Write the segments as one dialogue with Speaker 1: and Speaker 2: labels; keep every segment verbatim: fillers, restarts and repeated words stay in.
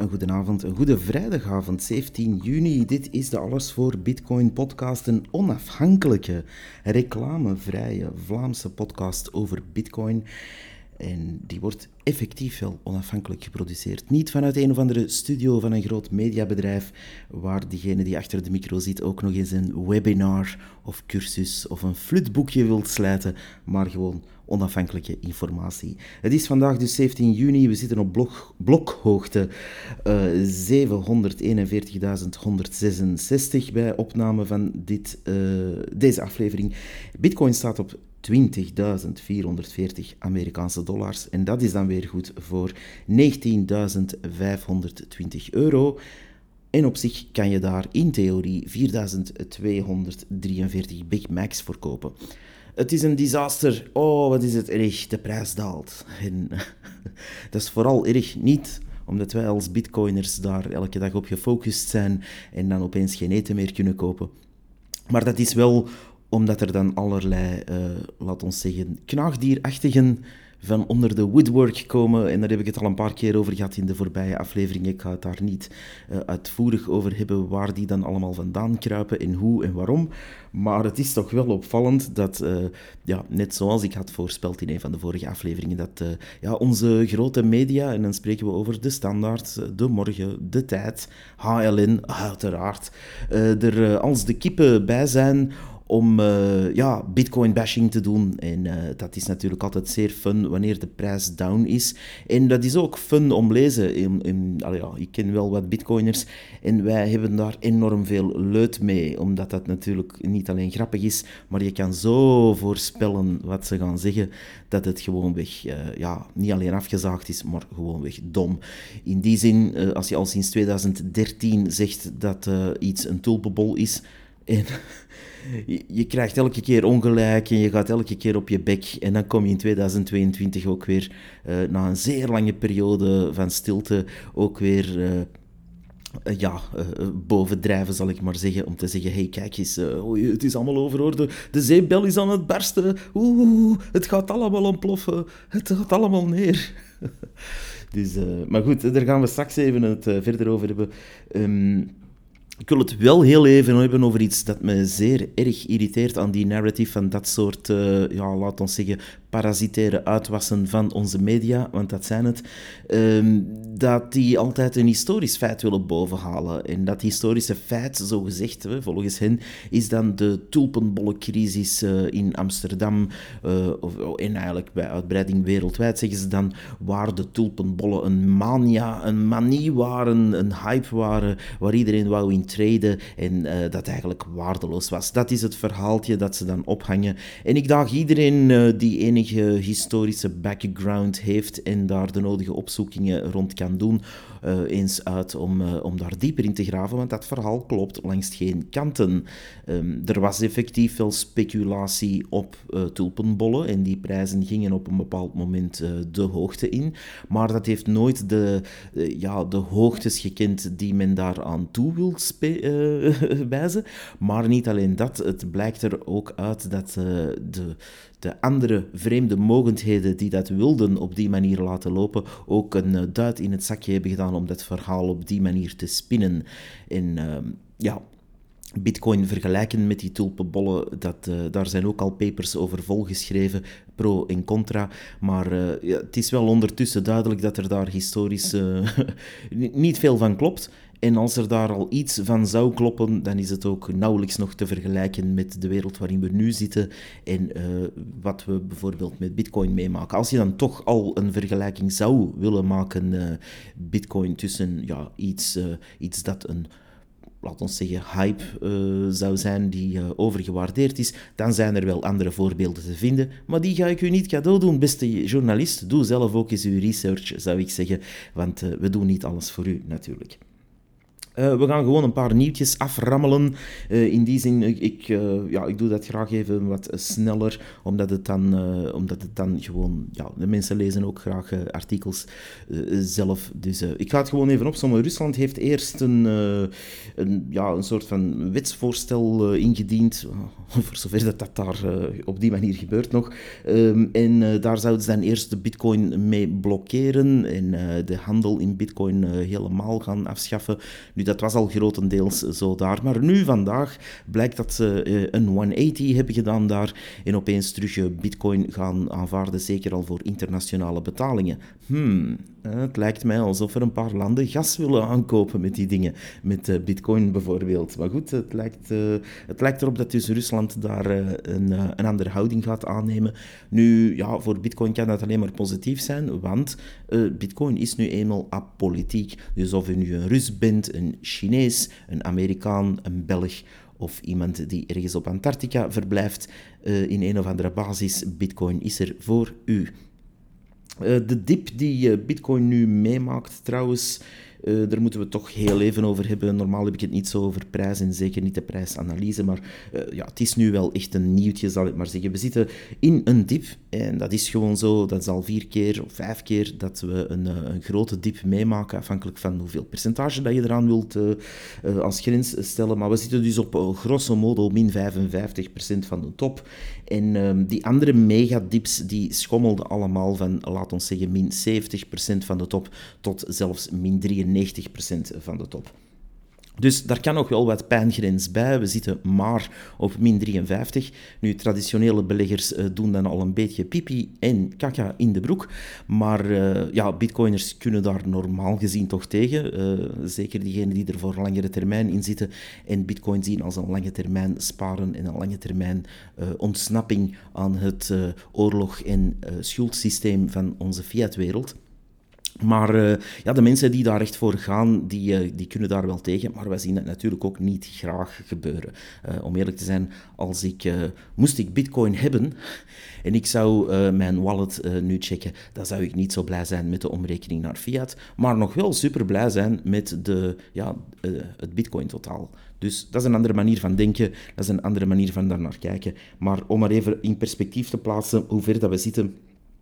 Speaker 1: Een goede avond, een goede vrijdagavond, zeventien juni. Dit is de Alles voor Bitcoin podcast, een onafhankelijke, reclamevrije Vlaamse podcast over Bitcoin. En die wordt effectief wel onafhankelijk geproduceerd. Niet vanuit een of andere studio van een groot mediabedrijf, waar diegene die achter de micro zit ook nog eens een webinar of cursus of een flutboekje wilt slijten, maar gewoon onafhankelijke informatie. Het is vandaag dus zeventien juni, we zitten op blok, blokhoogte uh, zevenhonderdeenenveertigduizend honderdzesenzestig bij opname van dit, uh, deze aflevering. Bitcoin staat op twintigduizend vierhonderdveertig Amerikaanse dollars en dat is dan weer goed voor negentienduizend vijfhonderdtwintig euro. En op zich kan je daar in theorie vierduizend tweehonderddrieënveertig Big Macs voor kopen. Het is een disaster. Oh, wat is het erg. De prijs daalt. En dat is vooral erg niet omdat wij als bitcoiners daar elke dag op gefocust zijn en dan opeens geen eten meer kunnen kopen. Maar dat is wel omdat er dan allerlei, uh, laat ons zeggen, knaagdierachtigen van onder de woodwork komen. En daar heb ik het al een paar keer over gehad in de voorbije afleveringen. Ik ga het daar niet uh, uitvoerig over hebben waar die dan allemaal vandaan kruipen en hoe en waarom. Maar het is toch wel opvallend dat, uh, ja, net zoals ik had voorspeld in een van de vorige afleveringen, dat uh, ja, onze grote media, en dan spreken we over De Standaard, De Morgen, De Tijd, H L N, uiteraard, uh, er uh, als de kippen bij zijn om uh, ja, bitcoin-bashing te doen. En uh, dat is natuurlijk altijd zeer fun wanneer de prijs down is. En dat is ook fun om lezen. In, in, allee, ja, ik ken wel wat bitcoiners en wij hebben daar enorm veel leut mee, omdat dat natuurlijk niet alleen grappig is, maar je kan zo voorspellen wat ze gaan zeggen, dat het gewoonweg uh, ja, niet alleen afgezaagd is, maar gewoonweg dom. In die zin, uh, als je al sinds tweeduizend dertien zegt dat uh, iets een tulpenbol is, en je, je krijgt elke keer ongelijk en je gaat elke keer op je bek. En dan kom je in tweeduizend tweeëntwintig ook weer, uh, na een zeer lange periode van stilte, ook weer uh, uh, ja, uh, bovendrijven, zal ik maar zeggen, om te zeggen, hey, kijk eens, uh, oh, het is allemaal over hoor, de, de zeepbel is aan het barsten, oeh, het gaat allemaal ontploffen, het gaat allemaal neer. Dus, uh, maar goed, daar gaan we straks even het uh, verder over hebben. Um, Ik wil het wel heel even hebben over iets dat me zeer erg irriteert aan die narrative van dat soort, uh, ja, laat ons zeggen, parasitaire uitwassen van onze media, want dat zijn het, um, dat die altijd een historisch feit willen bovenhalen. En dat historische feit, zogezegd, volgens hen, is dan de tulpenbollencrisis uh, in Amsterdam, uh, of, en eigenlijk bij uitbreiding wereldwijd, zeggen ze dan, waar de tulpenbollen een mania, een manie waren, een hype waren, waar iedereen wou in traden en uh, dat eigenlijk waardeloos was. Dat is het verhaaltje dat ze dan ophangen. En ik daag iedereen uh, die enige historische background heeft en daar de nodige opzoekingen rond kan doen, uh, eens uit om, uh, om daar dieper in te graven, want dat verhaal klopt langs geen kanten. Um, er was effectief wel speculatie op uh, tulpenbollen en die prijzen gingen op een bepaald moment uh, de hoogte in, maar dat heeft nooit de, uh, ja, de hoogtes gekend die men daaraan toe wil spe- uh, wijzen. Maar niet alleen dat, het blijkt er ook uit dat uh, de, de andere vreemde mogendheden die dat wilden op die manier laten lopen, ook een uh, duit in het zakje hebben gedaan om dat verhaal op die manier te spinnen. En uh, ja... Bitcoin vergelijken met die tulpenbollen, dat, uh, daar zijn ook al papers over volgeschreven, pro en contra, maar uh, ja, het is wel ondertussen duidelijk dat er daar historisch uh, niet veel van klopt. En als er daar al iets van zou kloppen, dan is het ook nauwelijks nog te vergelijken met de wereld waarin we nu zitten en uh, wat we bijvoorbeeld met Bitcoin meemaken. Als je dan toch al een vergelijking zou willen maken, uh, Bitcoin tussen ja, iets, uh, iets dat een, laat ons zeggen, hype uh, zou zijn die uh, overgewaardeerd is, dan zijn er wel andere voorbeelden te vinden. Maar die ga ik u niet cadeau doen, beste journalist. Doe zelf ook eens uw research, zou ik zeggen, want uh, we doen niet alles voor u, natuurlijk. Uh, we gaan gewoon een paar nieuwtjes aframmelen. Uh, in die zin, ik, uh, ja, ik doe dat graag even wat sneller, omdat het dan, uh, omdat het dan gewoon... Ja, de mensen lezen ook graag uh, artikels uh, zelf. Dus uh, ik ga het gewoon even opzommen. Rusland heeft eerst een, uh, een, ja, een soort van wetsvoorstel uh, ingediend, voor zover dat, dat daar uh, op die manier gebeurt nog. Um, en uh, daar zouden ze dan eerst de bitcoin mee blokkeren en uh, de handel in bitcoin uh, helemaal gaan afschaffen. Nu, dat was al grotendeels zo daar, maar nu vandaag blijkt dat ze uh, een honderdtachtig hebben gedaan daar en opeens terug uh, bitcoin gaan aanvaarden, zeker al voor internationale betalingen. Hmm, uh, het lijkt mij alsof er een paar landen gas willen aankopen met die dingen, met uh, bitcoin bijvoorbeeld. Maar goed, het lijkt, uh, het lijkt erop dat dus Rusland daar uh, een, uh, een andere houding gaat aannemen. Nu, ja, voor bitcoin kan dat alleen maar positief zijn, want uh, bitcoin is nu eenmaal apolitiek. Dus of je nu een Rus bent, een Chinees, een Amerikaan, een Belg of iemand die ergens op Antarctica verblijft uh, in een of andere basis, bitcoin is er voor u. Uh, de dip die uh, bitcoin nu meemaakt trouwens, uh, daar moeten we het toch heel even over hebben. Normaal heb ik het niet zo over prijs en zeker niet de prijsanalyse, maar uh, ja, het is nu wel echt een nieuwtje, zal ik maar zeggen. We zitten in een dip en dat is gewoon zo, dat is al vier keer of vijf keer dat we een, uh, een grote dip meemaken, afhankelijk van hoeveel percentage dat je eraan wilt uh, uh, als grens stellen. Maar we zitten dus op uh, grosso modo min vijfenvijftig procent van de top. En um, die andere megadips die schommelden allemaal van, laat ons zeggen, min zeventig procent van de top tot zelfs min drieënnegentig procent van de top. Dus daar kan nog wel wat pijngrens bij. We zitten maar op min drieënvijftig. Nu, traditionele beleggers uh, doen dan al een beetje pipi en kaka in de broek. Maar uh, ja, bitcoiners kunnen daar normaal gezien toch tegen. Uh, zeker diegenen die er voor langere termijn in zitten en bitcoin zien als een lange termijn sparen en een lange termijn uh, ontsnapping aan het uh, oorlog- en uh, schuldsysteem van onze fiatwereld. Maar uh, ja, de mensen die daar echt voor gaan, die, uh, die kunnen daar wel tegen. Maar wij zien het natuurlijk ook niet graag gebeuren. Uh, om eerlijk te zijn, als ik, uh, moest ik bitcoin hebben en ik zou uh, mijn wallet uh, nu checken, dan zou ik niet zo blij zijn met de omrekening naar fiat. Maar nog wel super blij zijn met de, ja, uh, het bitcoin totaal. Dus dat is een andere manier van denken, dat is een andere manier van daar naar kijken. Maar om maar even in perspectief te plaatsen hoe ver dat we zitten...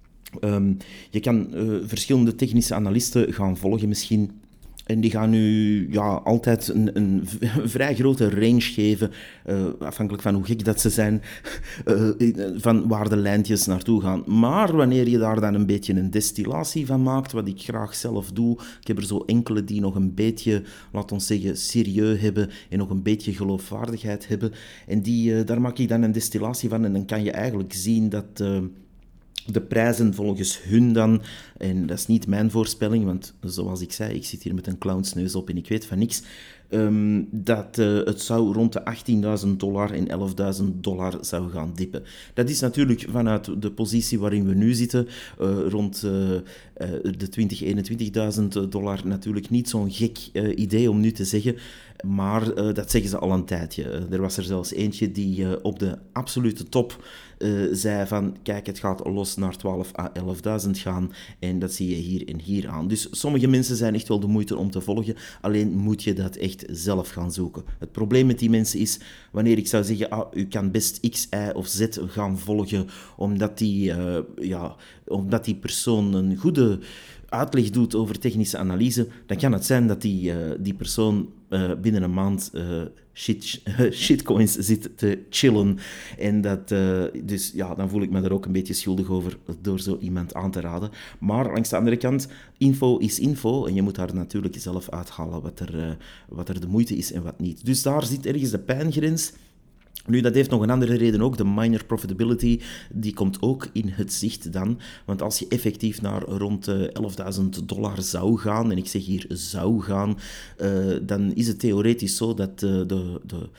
Speaker 1: Um, je kan uh, verschillende technische analisten gaan volgen misschien. En die gaan nu ja, altijd een, een vrij grote range geven, uh, afhankelijk van hoe gek dat ze zijn, uh, van waar de lijntjes naartoe gaan. Maar wanneer je daar dan een beetje een destillatie van maakt, wat ik graag zelf doe, ik heb er zo enkele die nog een beetje, laat ons zeggen, serieus hebben en nog een beetje geloofwaardigheid hebben. En die, uh, daar maak ik dan een destillatie van en dan kan je eigenlijk zien dat... Uh, de prijzen volgens hun dan, en dat is niet mijn voorspelling, want zoals ik zei, ik zit hier met een clownsneus op en ik weet van niks, um, dat uh, het zou rond de achttienduizend dollar en elfduizend dollar zou gaan dippen. Dat is natuurlijk vanuit de positie waarin we nu zitten, uh, rond uh, uh, de twintig, eenentwintigduizend dollar, natuurlijk niet zo'n gek uh, idee om nu te zeggen, maar uh, dat zeggen ze al een tijdje. Uh, er was er zelfs eentje die uh, op de absolute top uh, zei van, kijk, het gaat los naar twaalf à elfduizend gaan en dat zie je hier en hier aan. Dus sommige mensen zijn echt wel de moeite om te volgen, alleen moet je dat echt zelf gaan zoeken. Het probleem met die mensen is, wanneer ik zou zeggen, ah, u kan best X, Y of Z gaan volgen, omdat die, uh, ja, omdat die persoon een goede uitleg doet over technische analyse, dan kan het zijn dat die, uh, die persoon uh, binnen een maand uh, shit, uh, shitcoins zit te chillen. En dat, uh, dus ja, dan voel ik me er ook een beetje schuldig over door zo iemand aan te raden. Maar langs de andere kant, info is info en je moet daar natuurlijk zelf uithalen wat er, uh, wat er de moeite is en wat niet. Dus daar zit ergens de pijngrens. Nu, dat heeft nog een andere reden ook. De miner profitability, die komt ook in het zicht dan. Want als je effectief naar rond elfduizend dollar zou gaan, en ik zeg hier zou gaan, uh, dan is het theoretisch zo dat uh, de... de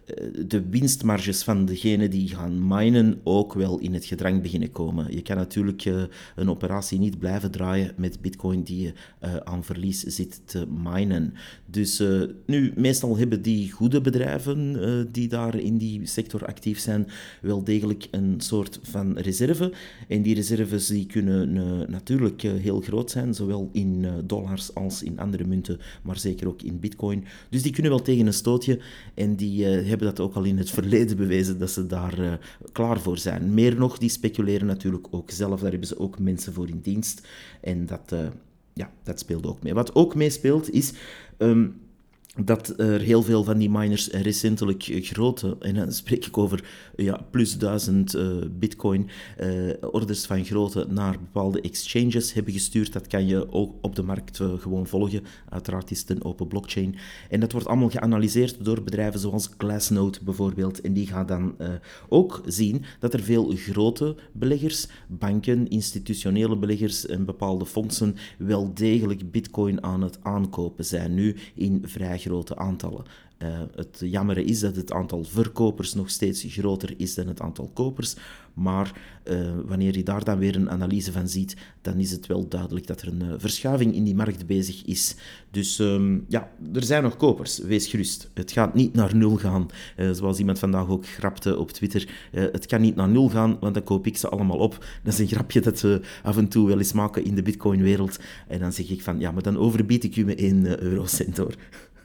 Speaker 1: de winstmarges van degenen die gaan minen ook wel in het gedrang beginnen komen. Je kan natuurlijk uh, een operatie niet blijven draaien met bitcoin die je uh, aan verlies zit te minen. Dus uh, nu, meestal hebben die goede bedrijven uh, die daar in die sector actief zijn wel degelijk een soort van reserve. En die reserves die kunnen uh, natuurlijk uh, heel groot zijn, zowel in uh, dollars als in andere munten, maar zeker ook in bitcoin. Dus die kunnen wel tegen een stootje en die uh, hebben dat ook al in het verleden bewezen dat ze daar uh, klaar voor zijn. Meer nog, die speculeren natuurlijk ook zelf, daar hebben ze ook mensen voor in dienst. En dat, uh, ja, dat speelt ook mee. Wat ook meespeelt is... Um, dat er heel veel van die miners recentelijk grote, en dan spreek ik over ja, plus duizend uh, bitcoin, uh, orders van grote naar bepaalde exchanges hebben gestuurd. Dat kan je ook op de markt uh, gewoon volgen. Uiteraard is het een open blockchain. En dat wordt allemaal geanalyseerd door bedrijven zoals Glassnode bijvoorbeeld. En die gaan dan uh, ook zien dat er veel grote beleggers, banken, institutionele beleggers en bepaalde fondsen wel degelijk bitcoin aan het aankopen zijn. Nu in vrij grote aantallen. Uh, het jammere is dat het aantal verkopers nog steeds groter is dan het aantal kopers, maar uh, wanneer je daar dan weer een analyse van ziet, dan is het wel duidelijk dat er een uh, verschuiving in die markt bezig is. Dus um, ja, er zijn nog kopers, wees gerust. Het gaat niet naar nul gaan, uh, zoals iemand vandaag ook grapte op Twitter. Uh, het kan niet naar nul gaan, want dan koop ik ze allemaal op. Dat is een grapje dat we af en toe wel eens maken in de bitcoin-wereld. En dan zeg ik van, ja, maar dan overbied ik u me één eurocent hoor.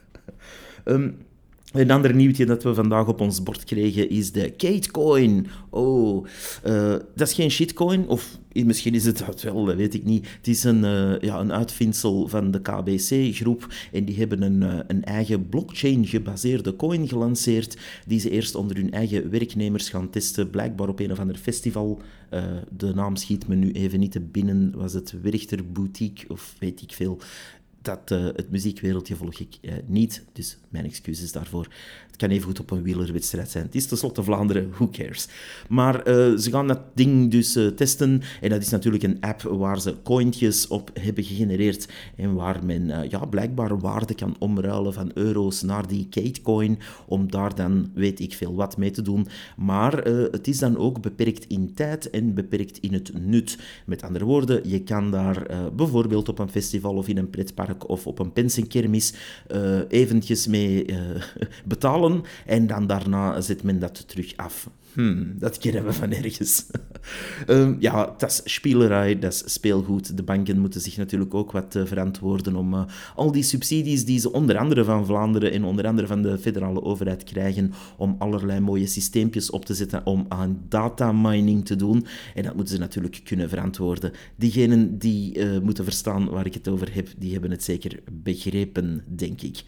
Speaker 1: Um, een ander nieuwtje dat we vandaag op ons bord kregen is de Katecoin. Oh, uh, dat is geen shitcoin, of misschien is het dat wel, dat weet ik niet. Het is een, uh, ja, een uitvindsel van de K B C-groep en die hebben een, uh, een eigen blockchain-gebaseerde coin gelanceerd die ze eerst onder hun eigen werknemers gaan testen, blijkbaar op een of ander festival. Uh, de naam schiet me nu even niet te binnen. Was het Werchter Boutique of weet ik veel. Dat, uh, het muziekwereldje volg ik uh, niet, dus mijn excuses daarvoor. Het kan even goed op een wielerwedstrijd zijn. Het is tenslotte Vlaanderen, who cares. Maar uh, ze gaan dat ding dus uh, testen. En dat is natuurlijk een app waar ze cointjes op hebben gegenereerd. En waar men uh, ja, blijkbaar waarde kan omruilen van euro's naar die Katecoin. Om daar dan, weet ik veel, wat mee te doen. Maar uh, het is dan ook beperkt in tijd en beperkt in het nut. Met andere woorden, je kan daar uh, bijvoorbeeld op een festival of in een pretpark of op een pensenkermis uh, eventjes mee uh, betalen. En dan daarna zet men dat terug af. Hmm, dat kennen we van ergens. um, ja, dat is spielerij, dat is speelgoed. De banken moeten zich natuurlijk ook wat uh, verantwoorden om uh, al die subsidies die ze onder andere van Vlaanderen en onder andere van de federale overheid krijgen om allerlei mooie systeempjes op te zetten om aan datamining te doen. En dat moeten ze natuurlijk kunnen verantwoorden. Diegenen die uh, moeten verstaan waar ik het over heb, die hebben het zeker begrepen, denk ik.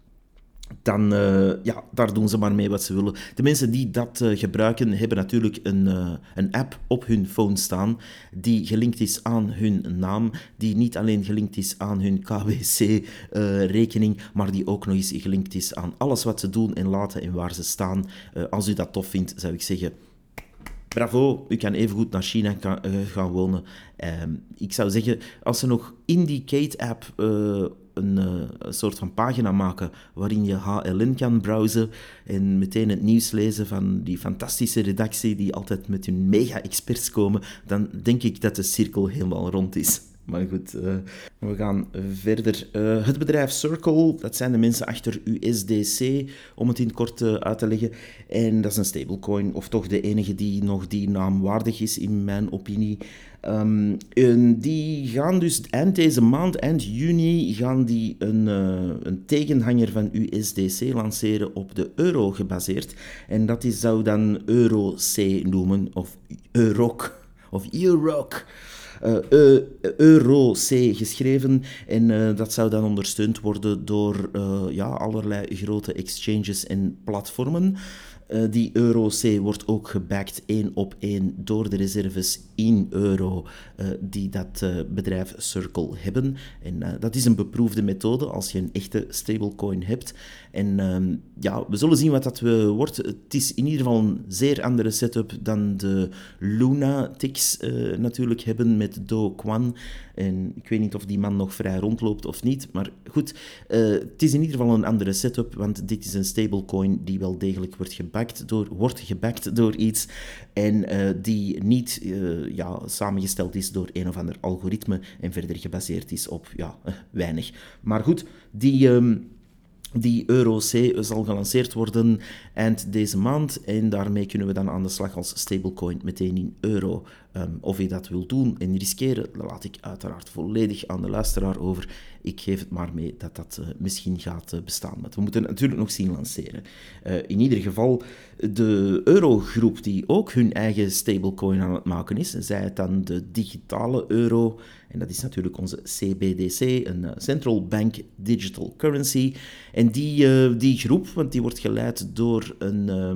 Speaker 1: Dan, uh, ja, daar doen ze maar mee wat ze willen. De mensen die dat uh, gebruiken, hebben natuurlijk een, uh, een app op hun phone staan die gelinkt is aan hun naam, die niet alleen gelinkt is aan hun K B C-rekening, uh, maar die ook nog eens gelinkt is aan alles wat ze doen en laten en waar ze staan. Uh, als u dat tof vindt, zou ik zeggen... Bravo, u kan evengoed naar China kan, uh, gaan wonen. Uh, ik zou zeggen, als ze nog in die Kate-app uh, een, uh, een soort van pagina maken waarin je H L N kan browsen en meteen het nieuws lezen van die fantastische redactie die altijd met hun mega-experts komen, dan denk ik dat de cirkel helemaal rond is. Maar goed, uh, we gaan verder. Uh, het bedrijf Circle, dat zijn de mensen achter U S D C, om het in het kort uh, uit te leggen. En dat is een stablecoin, of toch de enige die nog die naam waardig is, in mijn opinie. Um, en die gaan dus eind deze maand, eind juni, gaan die een, uh, een tegenhanger van U S D C lanceren op de euro gebaseerd. En dat is, zou dan Euro C noemen, of Euroc, of Euroc. Uh, e- Euro C geschreven en uh, dat zou dan ondersteund worden door uh, ja, allerlei grote exchanges en platformen. Uh, die Euro C wordt ook gebacked één op één door de reserves in euro uh, die dat uh, bedrijf Circle hebben. En uh, dat is een beproefde methode als je een echte stablecoin hebt. En uh, ja, we zullen zien wat dat uh, wordt. Het is in ieder geval een zeer andere setup dan de Lunatics uh, natuurlijk hebben met Do Kwon. En ik weet niet of die man nog vrij rondloopt of niet. Maar goed, uh, het is in ieder geval een andere setup, want dit is een stablecoin die wel degelijk wordt gebackt door, wordt gebackt door iets en uh, die niet uh, ja, samengesteld is door een of ander algoritme en verder gebaseerd is op ja, uh, weinig. Maar goed, die... Um, Die Euro C zal gelanceerd worden eind deze maand en daarmee kunnen we dan aan de slag als stablecoin meteen in euro. Um, of je dat wil doen en riskeren, dat laat ik uiteraard volledig aan de luisteraar over. Ik geef het maar mee dat dat uh, misschien gaat uh, bestaan. Maar we moeten het natuurlijk nog zien lanceren. Uh, in ieder geval, de Eurogroep die ook hun eigen stablecoin aan het maken is, zij het dan de digitale euro, en dat is natuurlijk onze C B D C, een uh, Central Bank Digital Currency. En die, uh, die groep, want die wordt geleid door een... Uh,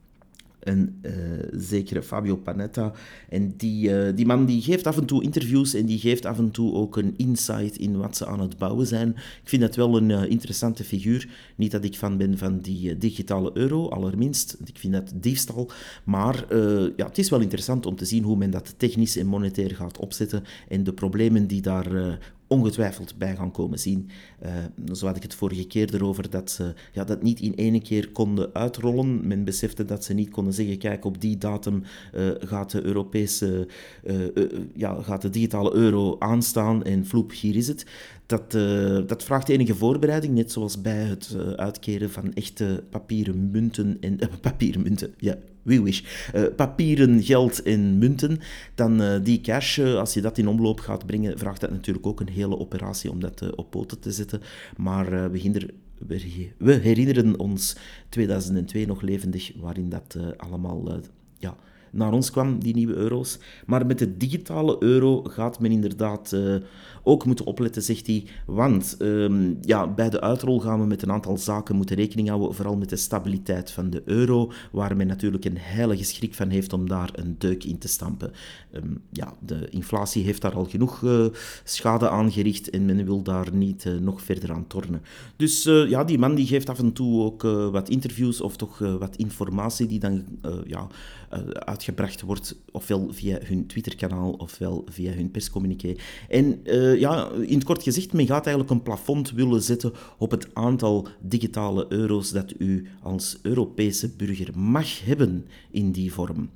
Speaker 1: een uh, zekere Fabio Panetta. En die, uh, die man die geeft af en toe interviews en die geeft af en toe ook een insight in wat ze aan het bouwen zijn. Ik vind dat wel een uh, interessante figuur. Niet dat ik fan ben van die uh, digitale euro, allerminst. Ik vind dat diefstal. Maar uh, ja, het is wel interessant om te zien hoe men dat technisch en monetair gaat opzetten en de problemen die daar uh, ongetwijfeld bij gaan komen zien. Uh, zo had ik het vorige keer erover dat ze ja, dat niet in één keer konden uitrollen. Men besefte dat ze niet konden zeggen, kijk, op die datum uh, gaat de Europese, uh, uh, ja, gaat de digitale euro aanstaan en vloep, hier is het. Dat, uh, dat vraagt enige voorbereiding, net zoals bij het uh, uitkeren van echte papieren munten en uh, papieren munten, ja. We wish. Uh, papieren, geld en munten, dan uh, die cash, uh, als je dat in omloop gaat brengen, vraagt dat natuurlijk ook een hele operatie om dat uh, op poten te zetten. Maar uh, we, hinder, we herinneren ons tweeduizend twee nog levendig, waarin dat uh, allemaal uh, ja, naar ons kwam, die nieuwe euro's. Maar met de digitale euro gaat men inderdaad uh, ook moeten opletten, zegt hij. Want um, ja, bij de uitrol gaan we met een aantal zaken moeten rekening houden, vooral met de stabiliteit van de euro, waar men natuurlijk een heilige schrik van heeft om daar een deuk in te stampen. Um, ja, de inflatie heeft daar al genoeg uh, schade aangericht en men wil daar niet uh, nog verder aan tornen. Dus uh, ja, die man die geeft af en toe ook uh, wat interviews of toch uh, wat informatie die dan uh, ja, uh, uitgebracht wordt, ofwel via hun Twitterkanaal ofwel via hun perscommuniqué. En uh, ja, in het kort gezegd, men gaat eigenlijk een plafond willen zetten op het aantal digitale euro's dat u als Europese burger mag hebben in die vorm.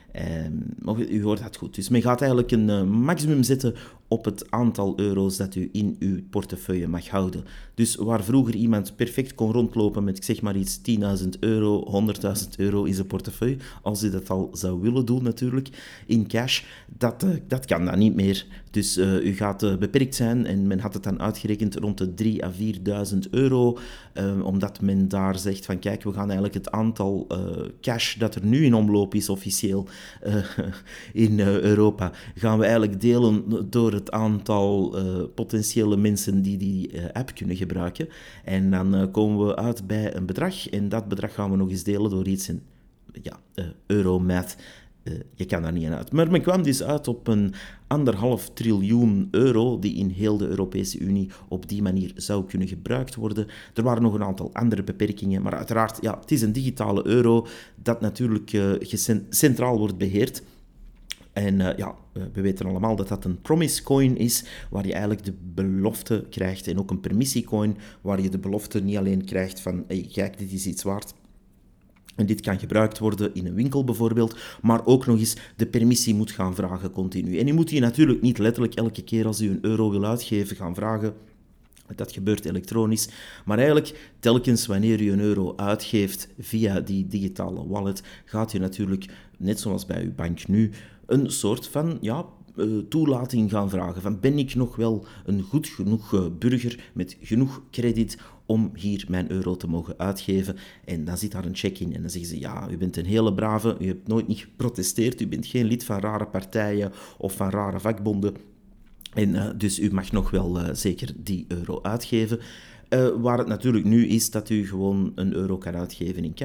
Speaker 1: Um, u hoort dat goed. Dus men gaat eigenlijk een uh, maximum zetten op het aantal euro's dat u in uw portefeuille mag houden. Dus waar vroeger iemand perfect kon rondlopen met, ik zeg maar iets, tienduizend euro, honderdduizend euro in zijn portefeuille, als u dat al zou willen doen natuurlijk, in cash, dat, uh, dat kan dan niet meer. Dus uh, u gaat uh, beperkt zijn en men had het dan uitgerekend rond de drie à vierduizend euro, uh, omdat men daar zegt van, kijk, we gaan eigenlijk het aantal uh, cash dat er nu in omloop is, officieel, uh, in uh, Europa, gaan we eigenlijk delen door het aantal uh, potentiële mensen die die uh, app kunnen gebruiken. En dan uh, komen we uit bij een bedrag en dat bedrag gaan we nog eens delen door iets in ja, uh, Euromath. Uh, je kan daar niet aan uit. Maar men kwam dus uit op een anderhalf triljoen euro die in heel de Europese Unie op die manier zou kunnen gebruikt worden. Er waren nog een aantal andere beperkingen, maar uiteraard, ja, het is een digitale euro dat natuurlijk uh, centraal wordt beheerd. En uh, ja, we weten allemaal dat dat een promise coin is, waar je eigenlijk de belofte krijgt, en ook een permissiecoin, waar je de belofte niet alleen krijgt van, hey, kijk, dit is iets waard, en dit kan gebruikt worden in een winkel bijvoorbeeld, maar ook nog eens de permissie moet gaan vragen continu. En je moet die natuurlijk niet letterlijk elke keer als u een euro wil uitgeven gaan vragen. Dat gebeurt elektronisch, maar eigenlijk telkens wanneer u een euro uitgeeft via die digitale wallet, gaat u natuurlijk, net zoals bij uw bank nu, een soort van ja, toelating gaan vragen. Van, ben ik nog wel een goed genoeg burger met genoeg krediet om hier mijn euro te mogen uitgeven? En dan zit daar een check in en dan zeggen ze, ja, u bent een hele brave, u hebt nooit niet geprotesteerd, u bent geen lid van rare partijen of van rare vakbonden. En uh, dus u mag nog wel uh, zeker die euro uitgeven. Uh, waar het natuurlijk nu is dat u gewoon een euro kan uitgeven in cash.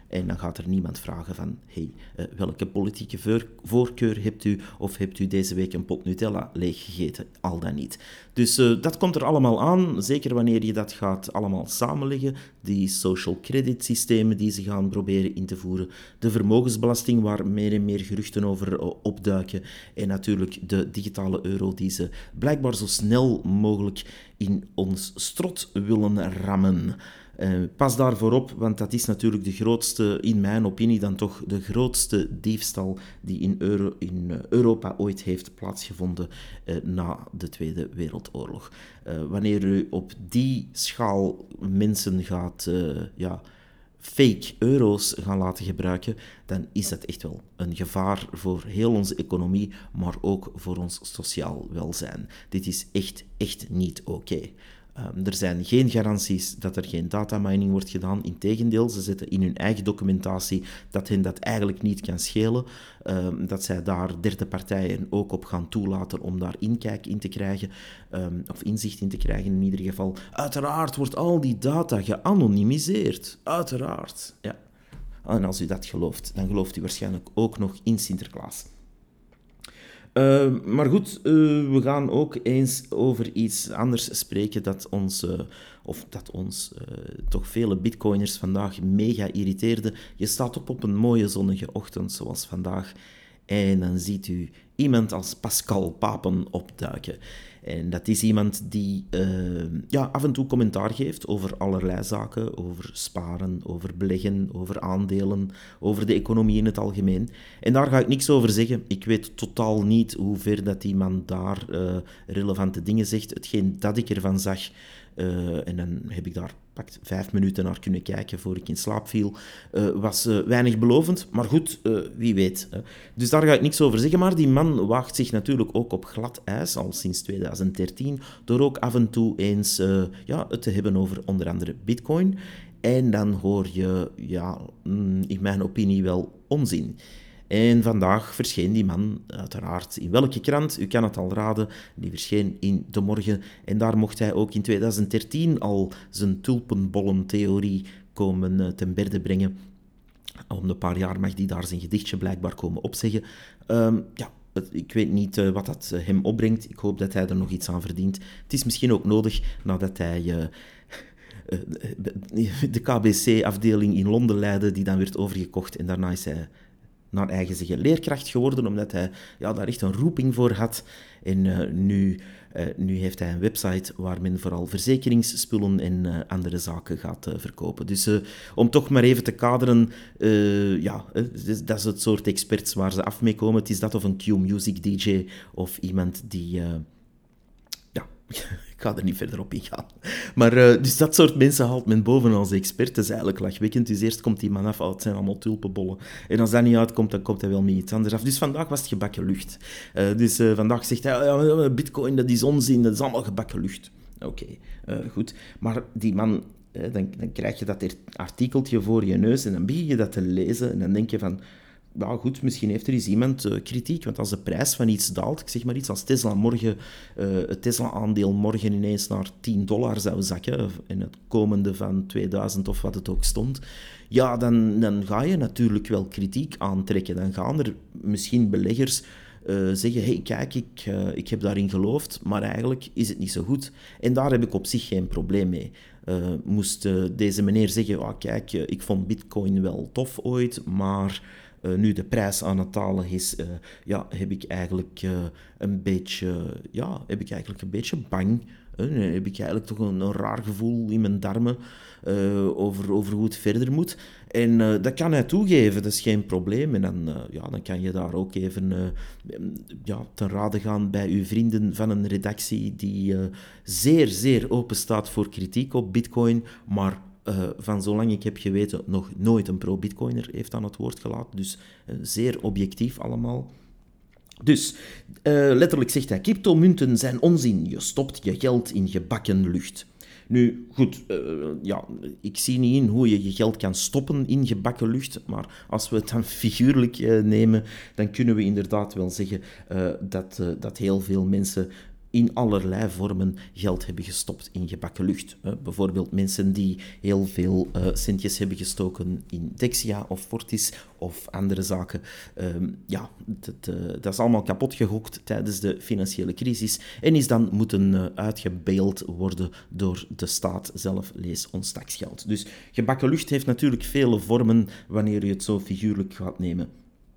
Speaker 1: En dan gaat er niemand vragen van, hey, uh, welke politieke voor- voorkeur hebt u, of hebt u deze week een pot Nutella leeggegeten? Al dan niet. Dus uh, dat komt er allemaal aan, zeker wanneer je dat gaat allemaal samenleggen. Die social credit systemen die ze gaan proberen in te voeren, de vermogensbelasting waar meer en meer geruchten over uh, opduiken, en natuurlijk de digitale euro die ze blijkbaar zo snel mogelijk in ons strot willen rammen. Uh, pas daarvoor op, want dat is natuurlijk de grootste, in mijn opinie dan toch, de grootste diefstal die in, Euro, in uh, Europa ooit heeft plaatsgevonden uh, na de Tweede Wereldoorlog. Uh, wanneer u op die schaal mensen gaat, uh, ja, fake euro's gaan laten gebruiken, dan is dat echt wel een gevaar voor heel onze economie, maar ook voor ons sociaal welzijn. Dit is echt, echt niet oké. Okay. Um, er zijn geen garanties dat er geen datamining wordt gedaan. Integendeel, ze zetten in hun eigen documentatie dat hen dat eigenlijk niet kan schelen. Um, dat zij daar derde partijen ook op gaan toelaten om daar inkijk in te krijgen. Um, of inzicht in te krijgen in ieder geval. Uiteraard wordt al die data geanonimiseerd. Uiteraard, ja. En als u dat gelooft, dan gelooft u waarschijnlijk ook nog in Sinterklaas. Uh, maar goed, uh, we gaan ook eens over iets anders spreken dat ons, uh, of dat ons uh, toch vele bitcoiners vandaag mega irriteerde. Je staat op op een mooie zonnige ochtend zoals vandaag en dan ziet u iemand als Pascal Papen opduiken. En dat is iemand die uh, ja, af en toe commentaar geeft over allerlei zaken, over sparen, over beleggen, over aandelen, over de economie in het algemeen. En daar ga ik niks over zeggen. Ik weet totaal niet hoe ver dat die man daar uh, relevante dingen zegt. Hetgeen dat ik ervan zag, uh, en dan heb ik daar pakt vijf minuten naar kunnen kijken voor ik in slaap viel, uh, was uh, weinig belovend. Maar goed, uh, wie weet. Hè. Dus daar ga ik niks over zeggen. Maar die man waagt zich natuurlijk ook op glad ijs, al sinds twintig dertien, door ook af en toe eens uh, ja, het te hebben over onder andere bitcoin. En dan hoor je, ja, in mijn opinie wel onzin. En vandaag verscheen die man uiteraard in welke krant? U kan het al raden, die verscheen in De Morgen. En daar mocht hij ook in twintig dertien al zijn tulpenbollentheorie komen uh, ten berde brengen. Om een paar jaar mag hij daar zijn gedichtje blijkbaar komen opzeggen. Um, ja, het, ik weet niet uh, wat dat uh, hem opbrengt. Ik hoop dat hij er nog iets aan verdient. Het is misschien ook nodig nadat hij... Uh, de K B C-afdeling in Londen leidde, die dan werd overgekocht. En daarna is hij naar eigen zeggen leerkracht geworden, omdat hij ja, daar echt een roeping voor had. En uh, nu, uh, nu heeft hij een website waar men vooral verzekeringsspullen en uh, andere zaken gaat uh, verkopen. Dus uh, om toch maar even te kaderen, uh, ja, uh, dat is het soort experts waar ze af mee komen. Het is dat of een Q-Music D J of iemand die... Uh, ja... Ik ga er niet verder op ingaan. Maar uh, dus dat soort mensen haalt men boven als expert. Dat is eigenlijk lachwekkend. Dus eerst komt die man af, oh, het zijn allemaal tulpenbollen. En als dat niet uitkomt, dan komt hij wel met iets anders af. Dus vandaag was het gebakken lucht. Uh, dus uh, vandaag zegt hij, ja, bitcoin, dat is onzin, dat is allemaal gebakken lucht. Oké, okay, uh, goed. Maar die man, uh, dan, dan krijg je dat artikeltje voor je neus en dan begin je dat te lezen en dan denk je van... Ja, goed, misschien heeft er eens iemand uh, kritiek, want als de prijs van iets daalt, ik zeg maar iets, als Tesla morgen, uh, het Tesla-aandeel morgen ineens naar tien dollar zou zakken, in het komende van tweeduizend of wat het ook stond, ja, dan, dan ga je natuurlijk wel kritiek aantrekken. Dan gaan er misschien beleggers uh, zeggen, hey, kijk, ik, uh, ik heb daarin geloofd, maar eigenlijk is het niet zo goed. En daar heb ik op zich geen probleem mee. Uh, moest uh, deze meneer zeggen, oh, kijk, uh, ik vond bitcoin wel tof ooit, maar... Uh, nu de prijs aan het dalen is, uh, ja, heb ik eigenlijk uh, een beetje, ja, heb ik eigenlijk een beetje bang. Uh, heb ik eigenlijk toch een, een raar gevoel in mijn darmen uh, over, over hoe het verder moet. En uh, dat kan hij toegeven, dat is geen probleem. En dan, uh, ja, dan kan je daar ook even uh, ja, ten rade gaan bij uw vrienden van een redactie die uh, zeer, zeer open staat voor kritiek op bitcoin, maar Uh, van zolang ik heb geweten nog nooit een pro-bitcoiner heeft aan het woord gelaten. Dus uh, zeer objectief allemaal. Dus, uh, letterlijk zegt hij, cryptomunten zijn onzin. Je stopt je geld in gebakken lucht. Nu, goed, uh, ja, ik zie niet in hoe je je geld kan stoppen in gebakken lucht, maar als we het dan figuurlijk uh, nemen, dan kunnen we inderdaad wel zeggen uh, dat, uh, dat heel veel mensen in allerlei vormen geld hebben gestopt in gebakken lucht. Bijvoorbeeld mensen die heel veel uh, centjes hebben gestoken in Dexia of Fortis of andere zaken. Um, ja, dat, uh, dat is allemaal kapot gegokt tijdens de financiële crisis en is dan moeten uh, uitgebeeld worden door de staat zelf, lees ons taxgeld. Dus gebakken lucht heeft natuurlijk vele vormen wanneer je het zo figuurlijk gaat nemen.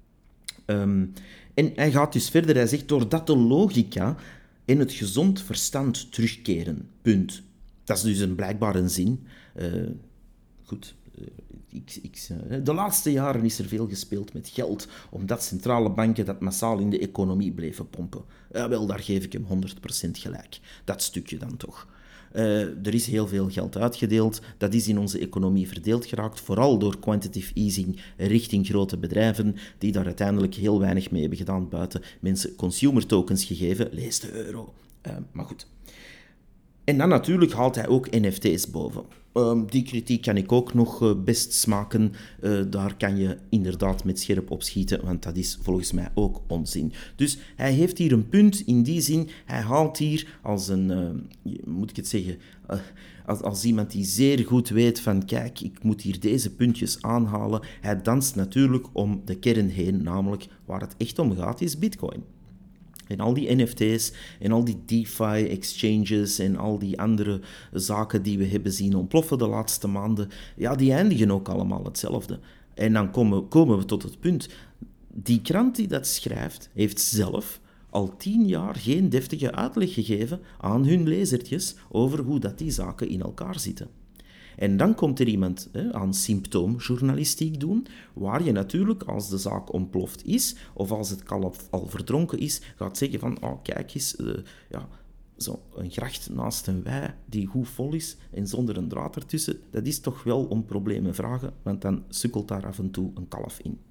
Speaker 1: Um, en hij gaat dus verder, hij zegt, doordat de logica en het gezond verstand terugkeren. Punt. Dat is dus een, blijkbaar een zin. Uh, goed. Uh, X, X, uh, de laatste jaren is er veel gespeeld met geld, omdat centrale banken dat massaal in de economie bleven pompen. Uh, wel, daar geef ik hem honderd procent gelijk. Dat stukje dan toch. Uh, er is heel veel geld uitgedeeld. Dat is in onze economie verdeeld geraakt, vooral door quantitative easing richting grote bedrijven, die daar uiteindelijk heel weinig mee hebben gedaan, buiten mensen consumer tokens gegeven, lees de euro. Uh, maar goed. En dan natuurlijk haalt hij ook N F T's boven. Uh, die kritiek kan ik ook nog uh, best smaken. Uh, daar kan je inderdaad met scherp op schieten, want dat is volgens mij ook onzin. Dus hij heeft hier een punt in die zin. Hij haalt hier als een, uh, moet ik het zeggen, uh, als, als iemand die zeer goed weet van, kijk, ik moet hier deze puntjes aanhalen. Hij danst natuurlijk om de kern heen, namelijk waar het echt om gaat, is Bitcoin. En al die N F T's en al die DeFi-exchanges en al die andere zaken die we hebben zien ontploffen de laatste maanden, ja, die eindigen ook allemaal hetzelfde. En dan komen, komen we tot het punt. Die krant die dat schrijft, heeft zelf al tien jaar geen deftige uitleg gegeven aan hun lezertjes over hoe dat die zaken in elkaar zitten. En dan komt er iemand hè, aan symptoomjournalistiek doen, waar je natuurlijk, als de zaak ontploft is, of als het kalf al verdronken is, gaat zeggen van, oh, kijk eens, uh, ja, zo een gracht naast een wei die goed vol is en zonder een draad ertussen, dat is toch wel om problemen vragen, want dan sukkelt daar af en toe een kalf in.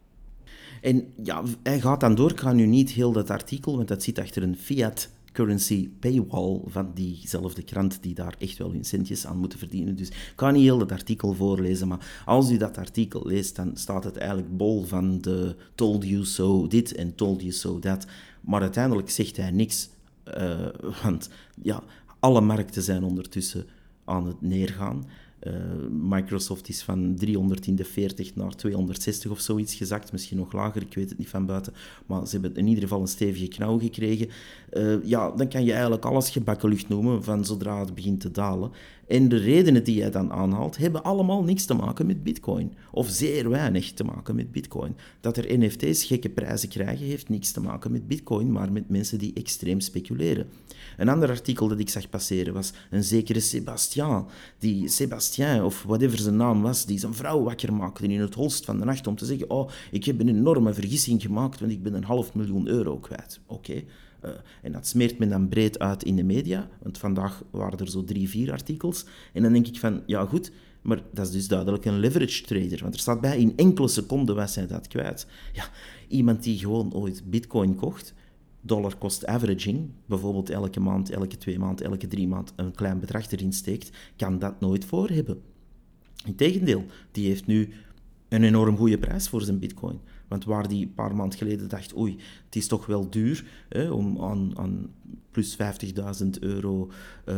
Speaker 1: En ja, hij gaat dan door, ik ga nu niet heel dat artikel, want dat zit achter een fiat currency paywall van diezelfde krant die daar echt wel hun centjes aan moeten verdienen. Dus ik kan niet heel dat artikel voorlezen, maar als u dat artikel leest, dan staat het eigenlijk bol van de told you so dit en told you so dat. Maar uiteindelijk zegt hij niks, uh, want ja, alle markten zijn ondertussen aan het neergaan. Uh, Microsoft is van driehonderd in de veertig naar tweehonderdzestig of zoiets gezakt, misschien nog lager, ik weet het niet van buiten, maar ze hebben in ieder geval een stevige knauw gekregen. Uh, ja, dan kan je eigenlijk alles gebakken lucht noemen van zodra het begint te dalen. En de redenen die hij dan aanhaalt, hebben allemaal niks te maken met Bitcoin. Of zeer weinig te maken met Bitcoin. Dat er N F T's gekke prijzen krijgen, heeft niks te maken met Bitcoin, maar met mensen die extreem speculeren. Een ander artikel dat ik zag passeren was een zekere Sébastien, die Sébastien, of whatever zijn naam was, die zijn vrouw wakker maakte in het holst van de nacht om te zeggen, oh, ik heb een enorme vergissing gemaakt, want ik ben een half miljoen euro kwijt. Oké. Okay. Uh, en dat smeert men dan breed uit in de media, want vandaag waren er zo drie, vier artikels. En dan denk ik van, ja goed, maar dat is dus duidelijk een leverage trader, want er staat bij, in enkele seconden was hij dat kwijt. Ja, iemand die gewoon ooit bitcoin kocht, dollar cost averaging, bijvoorbeeld elke maand, elke twee maand, elke drie maand een klein bedrag erin steekt, kan dat nooit voor hebben. Integendeel, die heeft nu een enorm goede prijs voor zijn bitcoin. Want waar die een paar maanden geleden dacht, oei, het is toch wel duur hè, om aan, aan plus vijftigduizend euro uh,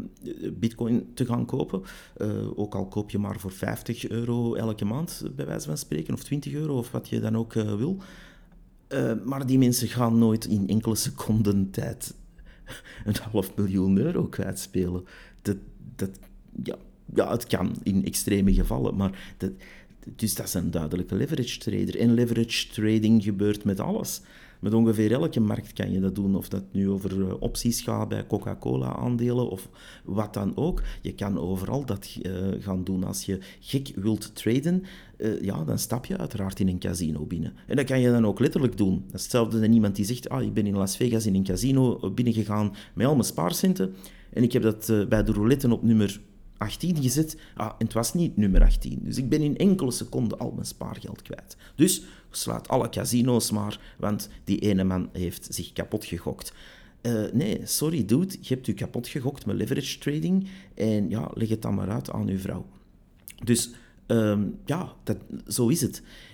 Speaker 1: bitcoin te gaan kopen. Uh, ook al koop je maar voor vijftig euro elke maand, bij wijze van spreken, of twintig euro, of wat je dan ook uh, wil. Uh, maar die mensen gaan nooit in enkele seconden tijd een half miljoen euro kwijtspelen. Dat, dat, ja, ja, het kan in extreme gevallen, maar... Dat, Dus dat is een duidelijke leverage trader. En leverage trading gebeurt met alles. Met ongeveer elke markt kan je dat doen. Of dat nu over uh, opties gaat bij Coca-Cola-aandelen of wat dan ook. Je kan overal dat uh, gaan doen. Als je gek wilt traden, uh, ja, dan stap je uiteraard in een casino binnen. En dat kan je dan ook letterlijk doen. Dat is hetzelfde dan iemand die zegt, ah, ik ben in Las Vegas in een casino binnengegaan met al mijn spaarcenten. En ik heb dat uh, bij de roulette op nummer achttien gezet, ah, en het was niet nummer achttien. Dus ik ben in enkele seconden al mijn spaargeld kwijt. Dus slaat alle casino's maar, want die ene man heeft zich kapot gegokt. Uh, nee, sorry dude, je hebt u kapot gegokt met leverage trading en ja, leg het dan maar uit aan uw vrouw. Dus um, ja, dat, zo is het.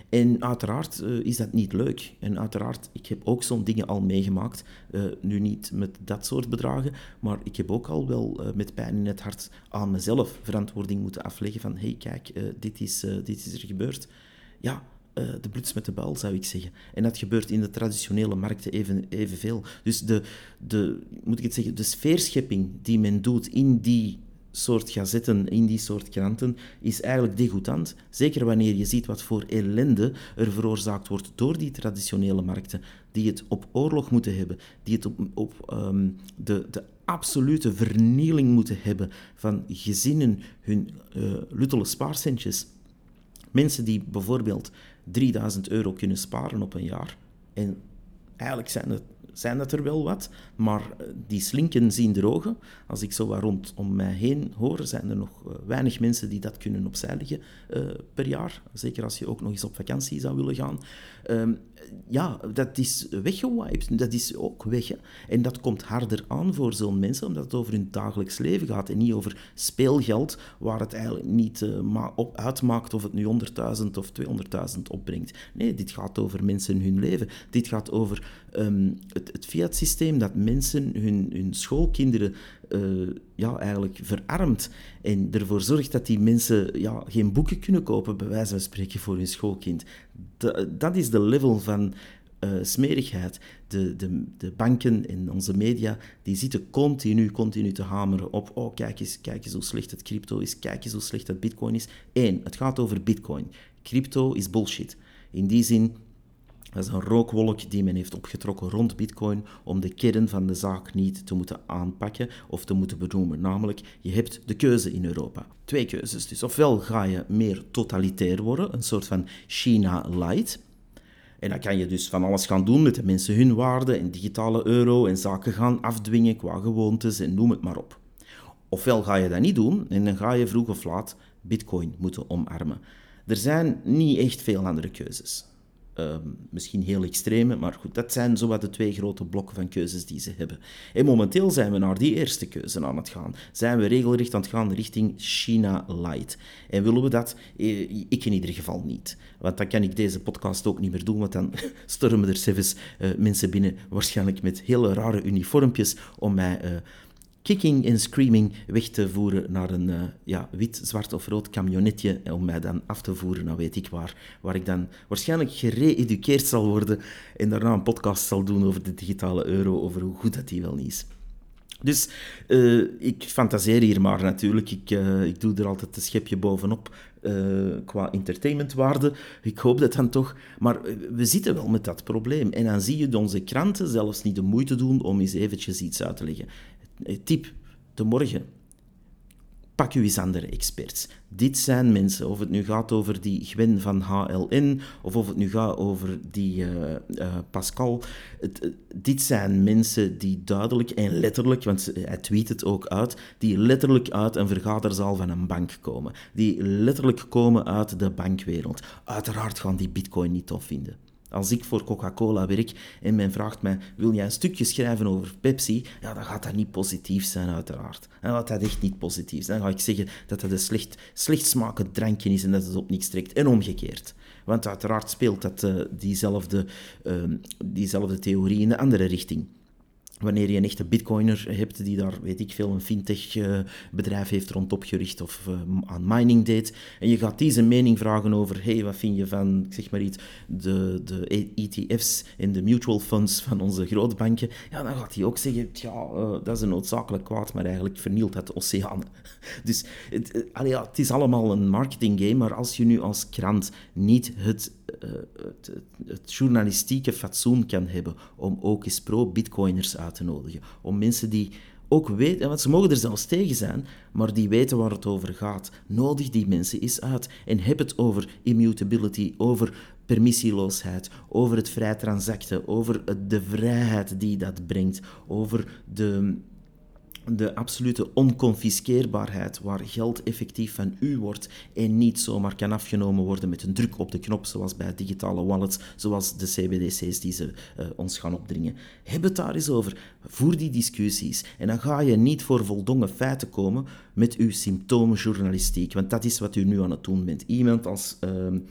Speaker 1: En uiteraard uh, is dat niet leuk. En uiteraard, ik heb ook zo'n dingen al meegemaakt. Uh, nu niet met dat soort bedragen, maar ik heb ook al wel uh, met pijn in het hart aan mezelf verantwoording moeten afleggen van hé, hey, kijk, uh, dit, is, uh, dit is er gebeurd. Ja, uh, de bluts met de bal, zou ik zeggen. En dat gebeurt in de traditionele markten even, evenveel. Dus de, de, moet ik het zeggen, de sfeerschepping die men doet in die soort gazetten, in die soort kranten, is eigenlijk degoutant. Zeker wanneer je ziet wat voor ellende er veroorzaakt wordt door die traditionele markten, die het op oorlog moeten hebben, die het op, op um, de, de absolute vernieling moeten hebben van gezinnen, hun uh, luttele spaarcentjes. Mensen die bijvoorbeeld drieduizend euro kunnen sparen op een jaar. En eigenlijk zijn het zijn dat er wel wat, maar die slinken zien de ogen. Als ik zo wat rondom mij heen hoor, zijn er nog weinig mensen die dat kunnen opzij leggen uh, per jaar. Zeker als je ook nog eens op vakantie zou willen gaan. Um, ja, dat is weggewiped. Dat is ook weg. Hè. En dat komt harder aan voor zo'n mensen, omdat het over hun dagelijks leven gaat en niet over speelgeld, waar het eigenlijk niet uh, ma- op uitmaakt of het nu honderdduizend of tweehonderdduizend opbrengt. Nee, dit gaat over mensen in hun leven. Dit gaat over um, het, het fiat-systeem dat mensen, hun, hun schoolkinderen, uh, ja, eigenlijk verarmt en ervoor zorgt dat die mensen ja, geen boeken kunnen kopen, bij wijze van spreken, voor hun schoolkind. De, dat is de level van uh, smerigheid. De, de, de banken en onze media, die zitten continu, continu te hameren op, oh, kijk eens, kijk eens hoe slecht het crypto is, kijk eens hoe slecht het bitcoin is. Eén, het gaat over bitcoin. Crypto is bullshit. In die zin, dat is een rookwolk die men heeft opgetrokken rond bitcoin om de kern van de zaak niet te moeten aanpakken of te moeten benoemen. Namelijk, je hebt de keuze in Europa. Twee keuzes dus. Ofwel ga je meer totalitair worden, een soort van China light. En dan kan je dus van alles gaan doen met de mensen hun waarden en digitale euro en zaken gaan afdwingen qua gewoontes en noem het maar op. Ofwel ga je dat niet doen en dan ga je vroeg of laat bitcoin moeten omarmen. Er zijn niet echt veel andere keuzes. Uh, misschien heel extreme, maar goed, dat zijn zowat de twee grote blokken van keuzes die ze hebben. En momenteel zijn we naar die eerste keuze aan het gaan. Zijn we regelrecht aan het gaan richting China Light. En willen we dat? Ik in ieder geval niet. Want dan kan ik deze podcast ook niet meer doen, want dan stormen er zelfs uh, mensen binnen, waarschijnlijk met hele rare uniformpjes, om mij Uh, kicking en screaming weg te voeren naar een uh, ja, wit, zwart of rood camionetje om mij dan af te voeren naar weet ik waar, waar ik dan waarschijnlijk gereëduceerd zal worden en daarna een podcast zal doen over de digitale euro, over hoe goed dat die wel niet is. Dus uh, ik fantaseer hier maar natuurlijk. Ik, uh, ik doe er altijd een schepje bovenop uh, qua entertainmentwaarde. Ik hoop dat dan toch. Maar uh, we zitten wel met dat probleem. En dan zie je onze kranten zelfs niet de moeite doen om eens eventjes iets uit te leggen. Tip de morgen. Pak u eens andere experts. Dit zijn mensen, of het nu gaat over die Gwen van H L N, of of het nu gaat over die uh, uh, Pascal. Het, uh, dit zijn mensen die duidelijk en letterlijk, want hij tweet het ook uit, die letterlijk uit een vergaderzaal van een bank komen. Die letterlijk komen uit de bankwereld. Uiteraard gaan die bitcoin niet tof vinden. Als ik voor Coca-Cola werk en men vraagt mij, wil jij een stukje schrijven over Pepsi? Ja, dan gaat dat niet positief zijn, uiteraard. Dan gaat dat echt niet positief zijn. Dan ga ik zeggen dat dat een slecht, slecht smakend drankje is en dat het op niks trekt. En omgekeerd. Want uiteraard speelt dat uh, diezelfde, uh, diezelfde theorie in de andere richting. Wanneer je een echte bitcoiner hebt die daar, weet ik veel, een fintech-bedrijf heeft rond opgericht of uh, aan mining deed, en je gaat die zijn mening vragen over, hey, wat vind je van, zeg maar iets, de, de E T F's en de mutual funds van onze grootbanken, ja, dan gaat hij ook zeggen, ja, uh, dat is een noodzakelijk kwaad, maar eigenlijk vernielt het de oceanen. Dus het, uh, allee, ja, het is allemaal een marketing game, maar als je nu als krant niet het Uh, het, het journalistieke fatsoen kan hebben om ook eens pro-bitcoiners uit te nodigen. Om mensen die ook weten, want ze mogen er zelfs tegen zijn, maar die weten waar het over gaat. Nodig die mensen eens uit en heb het over immutability, over permissieloosheid, over het vrij transacten, over de vrijheid die dat brengt, over de... de absolute onconfiskeerbaarheid, waar geld effectief van u wordt en niet zomaar kan afgenomen worden met een druk op de knop, zoals bij digitale wallets, zoals de C B D C's die ze uh, ons gaan opdringen. Heb het daar eens over. Voer die discussies. En dan ga je niet voor voldongen feiten komen met uw symptomenjournalistiek, want dat is wat u nu aan het doen bent. Iemand als... Uh,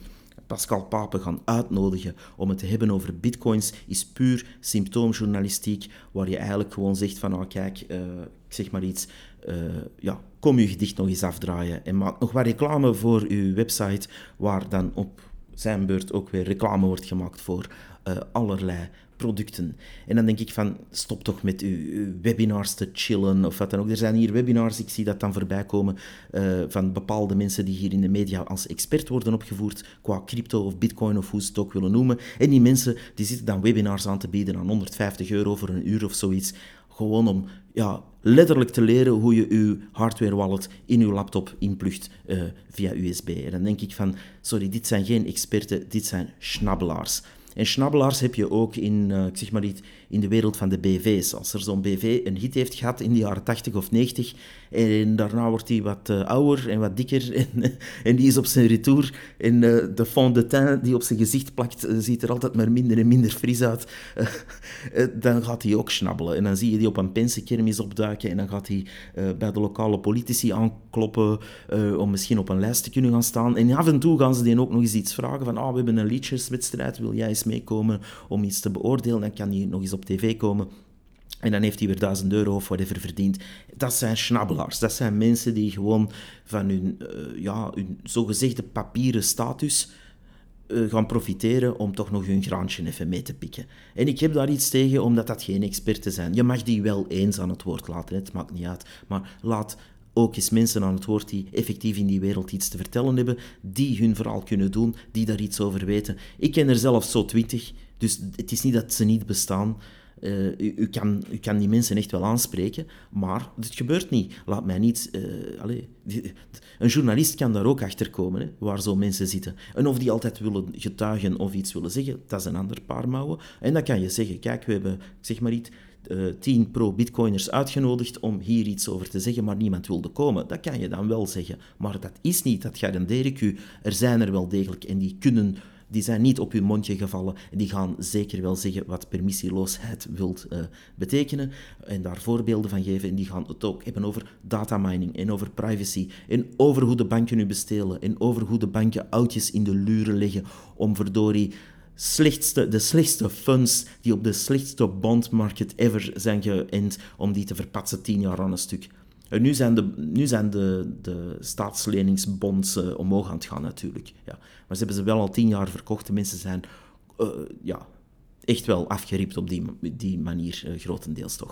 Speaker 1: Pascal Pape gaan uitnodigen om het te hebben over bitcoins, is puur symptoomjournalistiek, waar je eigenlijk gewoon zegt van, oh kijk, uh, ik zeg maar iets, uh, ja, kom je gedicht nog eens afdraaien en maak nog wat reclame voor uw website, waar dan op zijn beurt ook weer reclame wordt gemaakt voor uh, allerlei producten. En dan denk ik van, stop toch met uw, uw webinars te chillen of wat dan ook. Er zijn hier webinars, ik zie dat dan voorbij komen, uh, van bepaalde mensen die hier in de media als expert worden opgevoerd qua crypto of bitcoin of hoe ze het ook willen noemen. En die mensen die zitten dan webinars aan te bieden aan honderdvijftig euro voor een uur of zoiets. Gewoon om ja, letterlijk te leren hoe je je hardware wallet in je laptop inplugt uh, via U S B. En dan denk ik van, sorry, dit zijn geen experten, dit zijn schnabbelaars. En schnabbelaars heb je ook in, uh, ik zeg maar niet, in de wereld van de B V's. Als er zo'n B V een hit heeft gehad in de jaren tachtig of negentig en daarna wordt hij wat uh, ouder en wat dikker en, en die is op zijn retour en uh, de fond de teint die op zijn gezicht plakt uh, ziet er altijd maar minder en minder fris uit, uh, uh, dan gaat hij ook schnabbelen. En dan zie je die op een pensenkermis opduiken en dan gaat hij uh, bij de lokale politici aankloppen uh, om misschien op een lijst te kunnen gaan staan. En af en toe gaan ze die ook nog eens iets vragen van, ah, we hebben een liedjeswedstrijd, wil jij eens meekomen om iets te beoordelen? Dan kan hij nog eens op tv komen. En dan heeft hij weer duizend euro of whatever verdiend. Dat zijn schnabbelaars. Dat zijn mensen die gewoon van hun, uh, ja, hun zogezegde papieren status uh, gaan profiteren om toch nog hun graantje even mee te pikken. En ik heb daar iets tegen, omdat dat geen experten zijn. Je mag die wel eens aan het woord laten, het maakt niet uit. Maar laat ook eens mensen aan het woord die effectief in die wereld iets te vertellen hebben, die hun verhaal kunnen doen, die daar iets over weten. Ik ken er zelf zo twintig, dus het is niet dat ze niet bestaan. Uh, u, u, kan, u kan die mensen echt wel aanspreken, maar het gebeurt niet. Laat mij niet... Uh, allez, die, een journalist kan daar ook achter komen, hè, waar zo mensen zitten. En of die altijd willen getuigen of iets willen zeggen, dat is een ander paar mouwen. En dan kan je zeggen, kijk, we hebben, zeg maar iets, uh, tien pro-bitcoiners uitgenodigd om hier iets over te zeggen, maar niemand wilde komen. Dat kan je dan wel zeggen. Maar dat is niet, dat garandeer ik u. Er zijn er wel degelijk en die kunnen... Die zijn niet op hun mondje gevallen en die gaan zeker wel zeggen wat permissieloosheid wil uh, betekenen en daar voorbeelden van geven. En die gaan het ook hebben over datamining en over privacy en over hoe de banken u bestelen en over hoe de banken oudjes in de luren leggen om verdorie slechtste, de slechtste funds die op de slechtste bondmarket ever zijn geënt om die te verpatsen tien jaar aan een stuk. En nu zijn de, nu zijn de, de staatsleningsbonds uh, omhoog aan het gaan natuurlijk. Ja. Maar ze hebben ze wel al tien jaar verkocht. De mensen zijn uh, ja, echt wel afgeriept op die, die manier, uh, grotendeels toch.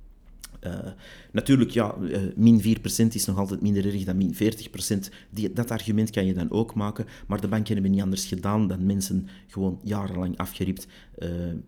Speaker 1: Uh, natuurlijk, ja, uh, min vier procent is nog altijd minder erg dan min veertig procent. Die, dat argument kan je dan ook maken. Maar de banken hebben niet anders gedaan dan mensen gewoon jarenlang afgeriept. Uh,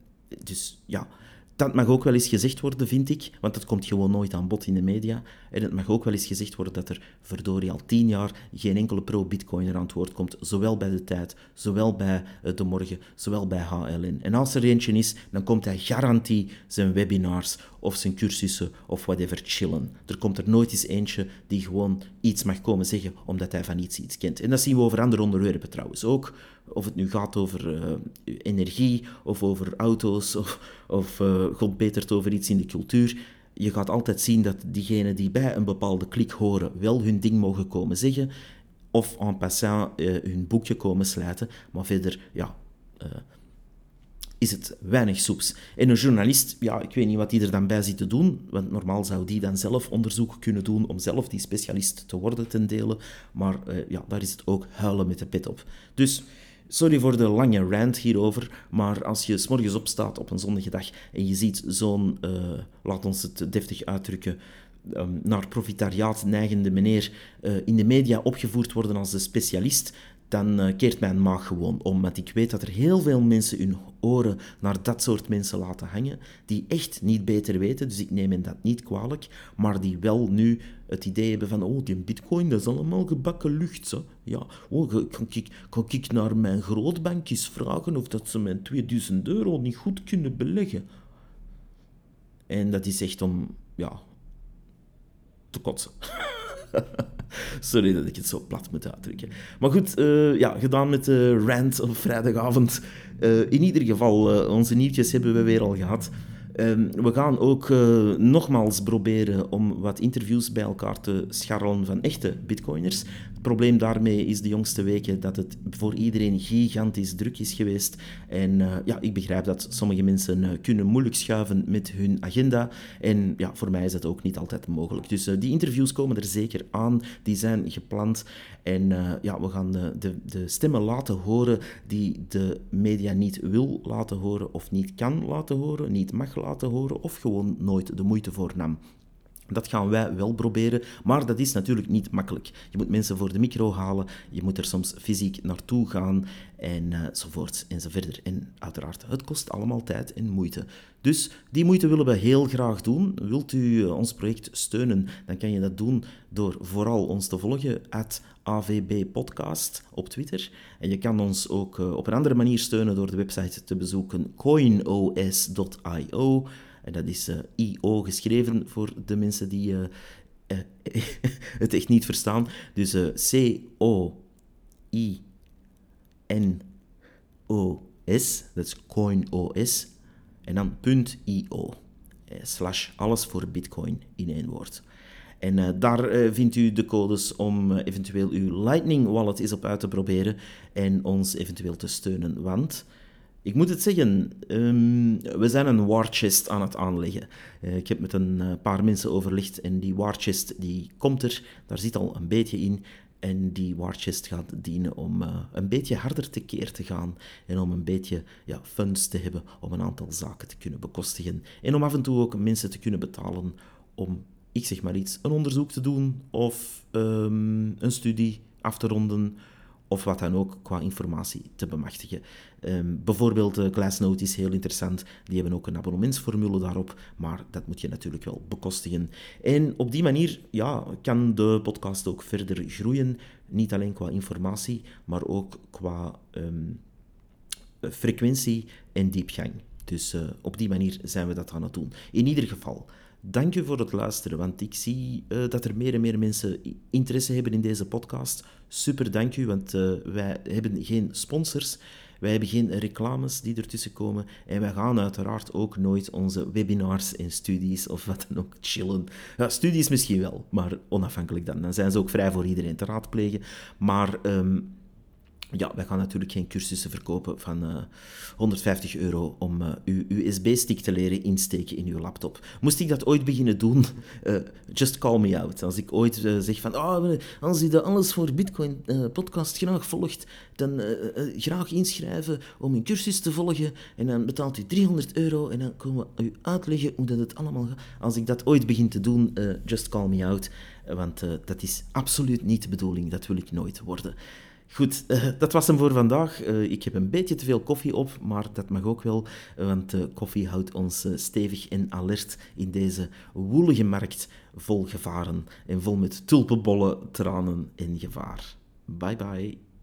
Speaker 1: dus ja... Dat mag ook wel eens gezegd worden, vind ik, want dat komt gewoon nooit aan bod in de media. En het mag ook wel eens gezegd worden dat er verdorie al tien jaar geen enkele pro-bitcoiner aan het woord komt, zowel bij De Tijd, zowel bij De Morgen, zowel bij H L N. En als er eentje is, dan komt hij garantie zijn webinars of zijn cursussen of whatever chillen. Er komt er nooit eens eentje die gewoon iets mag komen zeggen omdat hij van iets iets kent. En dat zien we over andere onderwerpen trouwens ook. Of het nu gaat over uh, energie, of over auto's, of, of uh, god betert over iets in de cultuur. Je gaat altijd zien dat diegenen die bij een bepaalde klik horen wel hun ding mogen komen zeggen, of en passant uh, hun boekje komen slijten, maar verder, ja... Uh, is het weinig soeps. En een journalist, ja, ik weet niet wat die er dan bij zit te doen, want normaal zou die dan zelf onderzoek kunnen doen om zelf die specialist te worden ten dele, maar uh, ja, daar is het ook huilen met de pet op. Dus, sorry voor de lange rant hierover, maar als je 's morgens opstaat op een zonnige dag en je ziet zo'n, uh, laat ons het deftig uitdrukken, um, naar profitariaat neigende meneer uh, in de media opgevoerd worden als de specialist, dan uh, keert mijn maag gewoon om. Want ik weet dat er heel veel mensen hun oren naar dat soort mensen laten hangen, die echt niet beter weten, dus ik neem hen dat niet kwalijk, maar die wel nu het idee hebben van, oh, die bitcoin, dat is allemaal gebakken lucht. Zo. Ja, oh, kan, ik, kan ik naar mijn grootbankjes vragen of dat ze mijn tweeduizend euro niet goed kunnen beleggen? En dat is echt om, ja, te kotsen. Sorry dat ik het zo plat moet uitdrukken. Maar goed, uh, ja, gedaan met de rant op vrijdagavond. Uh, in ieder geval, uh, onze nieuwtjes hebben we weer al gehad. Um, we gaan ook uh, nogmaals proberen om wat interviews bij elkaar te scharrelen van echte bitcoiners. probleem daarmee is de jongste weken dat het voor iedereen gigantisch druk is geweest. En uh, ja, ik begrijp dat sommige mensen uh, kunnen moeilijk schuiven met hun agenda. En ja, voor mij is dat ook niet altijd mogelijk. Dus uh, die interviews komen er zeker aan. Die zijn gepland. En uh, ja, we gaan uh, de, de stemmen laten horen die de media niet wil laten horen of niet kan laten horen, niet mag laten horen of gewoon nooit de moeite voor nam. Dat gaan wij wel proberen, maar dat is natuurlijk niet makkelijk. Je moet mensen voor de micro halen, je moet er soms fysiek naartoe gaan en uh, zovoort en zo verder. En uiteraard, het kost allemaal tijd en moeite. Dus die moeite willen we heel graag doen. Wilt u uh, ons project steunen, dan kan je dat doen door vooral ons te volgen, at A V B Podcast op Twitter. En je kan ons ook uh, op een andere manier steunen door de website te bezoeken coinos dot i o. En dat is uh, I O geschreven voor de mensen die uh, uh, het echt niet verstaan. Dus uh, C O I N O S, dat is CoinOS. En dan .io, eh, slash alles voor Bitcoin in één woord. En uh, daar uh, vindt u de codes om uh, eventueel uw Lightning Wallet eens op uit te proberen en ons eventueel te steunen, want... Ik moet het zeggen, um, we zijn een warchest aan het aanleggen. Uh, ik heb met een uh, paar mensen overlegd en die warchest die komt er, daar zit al een beetje in. En die warchest gaat dienen om uh, een beetje harder tekeer te gaan en om een beetje ja, funds te hebben om een aantal zaken te kunnen bekostigen. En om af en toe ook mensen te kunnen betalen om, ik zeg maar iets, een onderzoek te doen of um, een studie af te ronden. Of wat dan ook qua informatie te bemachtigen. Um, bijvoorbeeld uh, Glassnode is heel interessant. Die hebben ook een abonnementsformule daarop. Maar dat moet je natuurlijk wel bekostigen. En op die manier ja, kan de podcast ook verder groeien. Niet alleen qua informatie, maar ook qua um, frequentie en diepgang. Dus uh, op die manier zijn we dat aan het doen. In ieder geval... Dank u voor het luisteren, want ik zie uh, dat er meer en meer mensen interesse hebben in deze podcast. Super, dank u, want uh, wij hebben geen sponsors, wij hebben geen reclames die ertussen komen en wij gaan uiteraard ook nooit onze webinars en studies of wat dan ook chillen. Ja, studies misschien wel, maar onafhankelijk dan. Dan zijn ze ook vrij voor iedereen te raadplegen, maar... Um, Ja, wij gaan natuurlijk geen cursussen verkopen van uh, honderdvijftig euro om uh, uw U S B-stick te leren insteken in uw laptop. Moest ik dat ooit beginnen doen, uh, just call me out. Als ik ooit uh, zeg van, oh, als u de Alles voor Bitcoin uh, podcast graag volgt, dan uh, uh, graag inschrijven om een cursus te volgen en dan betaalt u driehonderd euro en dan komen we u uitleggen hoe dat het allemaal gaat. Als ik dat ooit begin te doen, uh, just call me out, want uh, dat is absoluut niet de bedoeling, dat wil ik nooit worden. Goed, uh, dat was hem voor vandaag. Uh, ik heb een beetje te veel koffie op, maar dat mag ook wel, want uh, koffie houdt ons uh, stevig en alert in deze woelige markt vol gevaren en vol met tulpenbollen, tranen en gevaar. Bye bye.